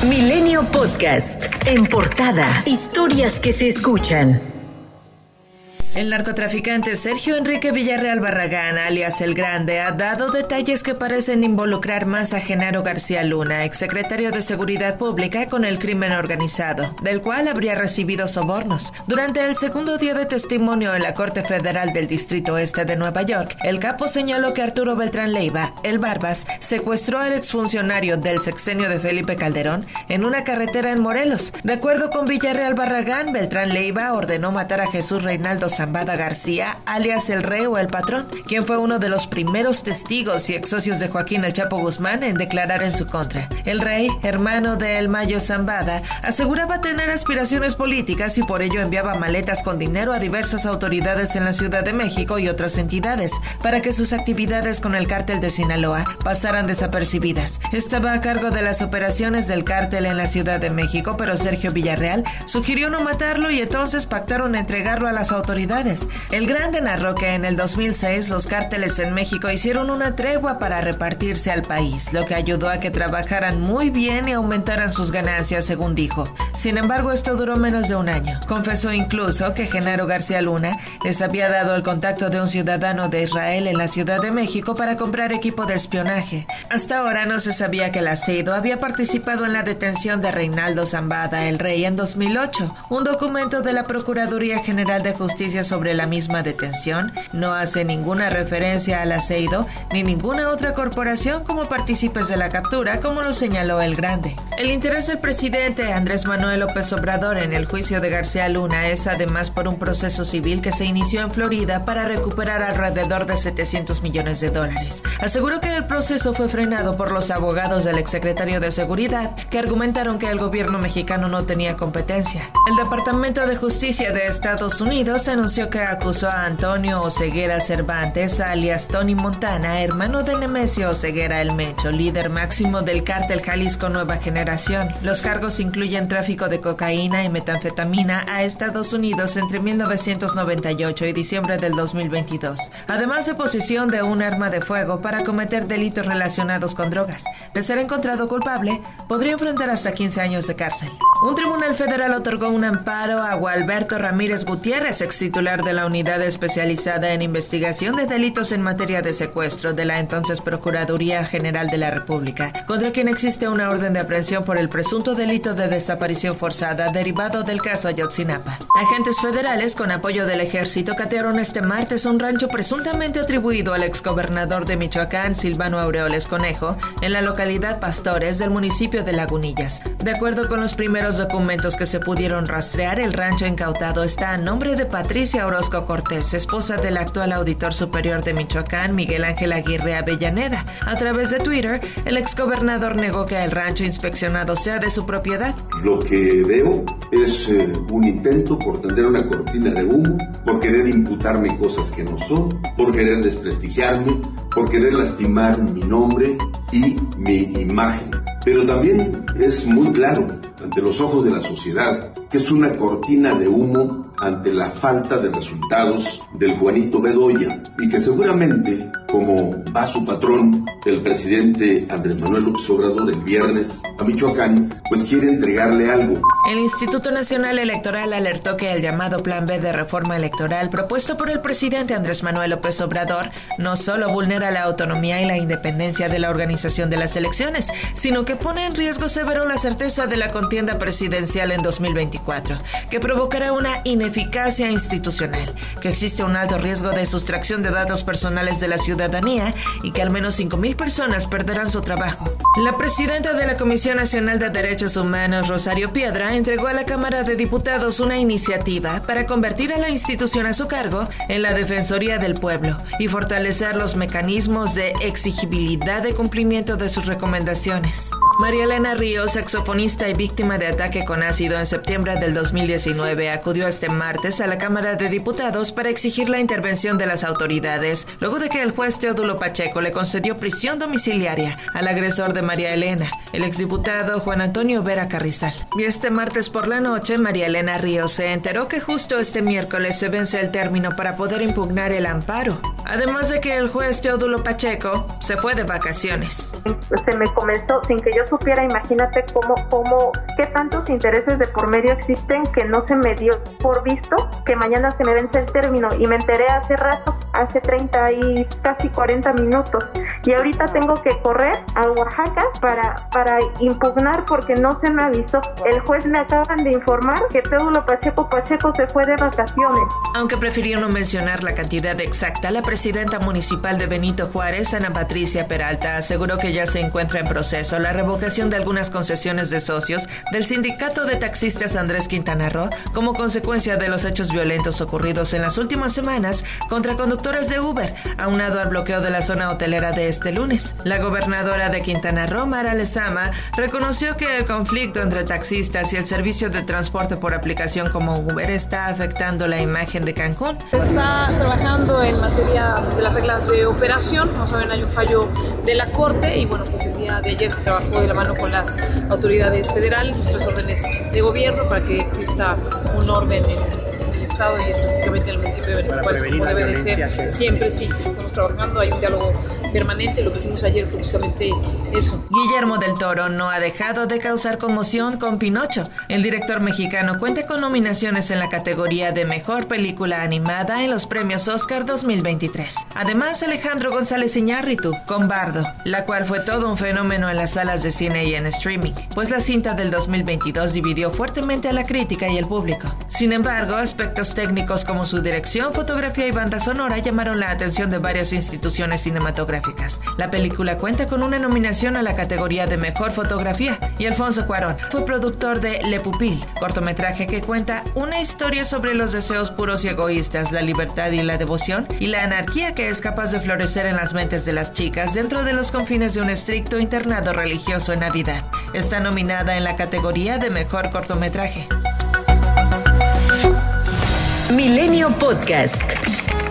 Milenio Podcast. En portada, historias que se escuchan. El narcotraficante Sergio Enrique Villarreal Barragán, alias El Grande, ha dado detalles que parecen involucrar más a Genaro García Luna, exsecretario de Seguridad Pública, con el crimen organizado, del cual habría recibido sobornos. Durante el segundo día de testimonio en la Corte Federal del Distrito Este de Nueva York, el capo señaló que Arturo Beltrán Leiva, el Barbas, secuestró al exfuncionario del sexenio de Felipe Calderón en una carretera en Morelos. De acuerdo con Villarreal Barragán, Beltrán Leiva ordenó matar a Jesús Reinaldo Zambada García, alias El Rey o El Patrón, quien fue uno de los primeros testigos y ex socios de Joaquín El Chapo Guzmán en declarar en su contra. El Rey, hermano de El Mayo Zambada, aseguraba tener aspiraciones políticas y por ello enviaba maletas con dinero a diversas autoridades en la Ciudad de México y otras entidades para que sus actividades con el cártel de Sinaloa pasaran desapercibidas. Estaba a cargo de las operaciones del cártel en la Ciudad de México, pero Sergio Villarreal sugirió no matarlo y entonces pactaron entregarlo a las autoridades. El Grande narró que en el 2006 los cárteles en México hicieron una tregua para repartirse al país, lo que ayudó a que trabajaran muy bien y aumentaran sus ganancias, según dijo. Sin embargo, esto duró menos de un año. Confesó incluso que Genaro García Luna les había dado el contacto de un ciudadano de Israel en la Ciudad de México para comprar equipo de espionaje. Hasta ahora no se sabía que el Aceido había participado en la detención de Reinaldo Zambada, El Rey, en 2008. Un documento de la Procuraduría General de Justicia sobre la misma detención no hace ninguna referencia al Aceido ni ninguna otra corporación como partícipes de la captura, como lo señaló El Grande. El interés del presidente Andrés Manuel López Obrador en el juicio de García Luna es además por un proceso civil que se inició en Florida para recuperar alrededor de $700 millones. Aseguró que el proceso fue frenado por los abogados del exsecretario de Seguridad, que argumentaron que el gobierno mexicano no tenía competencia. El Departamento de Justicia de Estados Unidos anunció que acusó a Antonio Oseguera Cervantes, alias Tony Montana, hermano de Nemesio Oseguera El Mencho, líder máximo del cártel Jalisco Nueva Generación. Los cargos incluyen tráfico de cocaína y metanfetamina a Estados Unidos entre 1998 y diciembre del 2022, además de posesión de un arma de fuego para cometer delitos relacionados con drogas. De ser encontrado culpable, podría enfrentar hasta 15 años de cárcel. Un tribunal federal otorgó un amparo a Gualberto Ramírez Gutiérrez, ex titular de la Unidad Especializada en Investigación de Delitos en Materia de Secuestro de la entonces Procuraduría General de la República, contra quien existe una orden de aprehensión por el presunto delito de desaparición forzada derivado del caso Ayotzinapa. Agentes federales con apoyo del ejército catearon este martes un rancho presuntamente atribuido al exgobernador de Michoacán, Silvano Aureoles Conejo, en la localidad Pastores del municipio de Lagunillas. De acuerdo con los primeros documentos que se pudieron rastrear, el rancho incautado está a nombre de Patricia Orozco Cortés, esposa del actual auditor superior de Michoacán, Miguel Ángel Aguirre Avellaneda. A través de Twitter, el exgobernador negó que el rancho inspeccionado sea de su propiedad. Lo que veo es un intento por tender una cortina de humo, por querer imputarme cosas que no son, por querer desprestigiarme, por querer lastimar mi nombre y mi imagen. Pero también es muy claro ante los ojos de la sociedad que es una cortina de humo ante la falta de resultados del Juanito Bedoya y que seguramente, como va su patrón, el presidente Andrés Manuel López Obrador, el viernes a Michoacán, pues quiere entregarle algo. El Instituto Nacional Electoral alertó que el llamado Plan B de reforma electoral propuesto por el presidente Andrés Manuel López Obrador no solo vulnera la autonomía y la independencia de la organización de las elecciones, sino que pone en riesgo severo la certeza de la contienda presidencial en 2024, que provocará una ineficacia institucional, que existe un alto riesgo de sustracción de datos personales de la ciudadanía y que al menos 5,000 personas perderán su trabajo. La presidenta de la Comisión Nacional de Derechos Humanos, Rosario Piedra, entregó a la Cámara de Diputados una iniciativa para convertir a la institución a su cargo en la Defensoría del Pueblo y fortalecer los mecanismos de exigibilidad de cumplimiento de sus recomendaciones. María Elena Ríos, saxofonista y víctima de ataque con ácido en septiembre del 2019, acudió este martes a la Cámara de Diputados para exigir la intervención de las autoridades, luego de que el juez Teodulo Pacheco le concedió prisión domiciliaria al agresor de María Elena, el exdiputado Juan Antonio Vera Carrizal. Y este martes por la noche, María Elena Ríos se enteró que justo este miércoles se vence el término para poder impugnar el amparo, además de que el juez Teodulo Pacheco se fue de vacaciones. Se me comenzó, sin que yo supiera, imagínate qué tantos intereses de por medio existen que no se me dio por visto, que mañana se me vence el término y me enteré hace rato, hace 30 y casi 40 minutos. Y ahorita tengo que correr a Oaxaca para impugnar porque no se me avisó. El juez me acaban de informar que Teodulo Pacheco se fue de vacaciones. Aunque prefirió no mencionar la cantidad exacta, la presidenta municipal de Benito Juárez, Ana Patricia Peralta, aseguró que ya se encuentra en proceso la revocación de algunas concesiones de socios del Sindicato de Taxistas Andrés Quintana Roo como consecuencia de los hechos violentos ocurridos en las últimas semanas contra conductores de Uber, aunado al bloqueo de la zona hotelera de este lunes. La gobernadora de Quintana Roo, Mara Lezama, reconoció que el conflicto entre taxistas y el servicio de transporte por aplicación como Uber está afectando la imagen de Cancún. Está trabajando en materia de las reglas de operación. Como saben, hay un fallo de la Corte y bueno, pues el día de ayer se trabajó de la mano con las autoridades federales, nuestros órdenes de gobierno para que exista un orden en el Estado y específicamente en el municipio de Benito Juárez, como debe de ser. Siempre sí, estamos trabajando, hay un diálogo permanente. Lo que hicimos ayer fue justamente eso. Guillermo del Toro no ha dejado de causar conmoción con Pinocho. El director mexicano cuenta con nominaciones en la categoría de Mejor Película Animada en los premios Oscar 2023. Además, Alejandro González Iñárritu con Bardo, la cual fue todo un fenómeno en las salas de cine y en streaming, pues la cinta del 2022 dividió fuertemente a la crítica y el público. Sin embargo, aspectos técnicos como su dirección, fotografía y banda sonora llamaron la atención de varias instituciones cinematográficas. La película cuenta con una nominación a la categoría de Mejor Fotografía y Alfonso Cuarón fue productor de Le Pupil, cortometraje que cuenta una historia sobre los deseos puros y egoístas, la libertad y la devoción y la anarquía que es capaz de florecer en las mentes de las chicas dentro de los confines de un estricto internado religioso en Navidad. Está nominada en la categoría de Mejor Cortometraje. Milenio Podcast.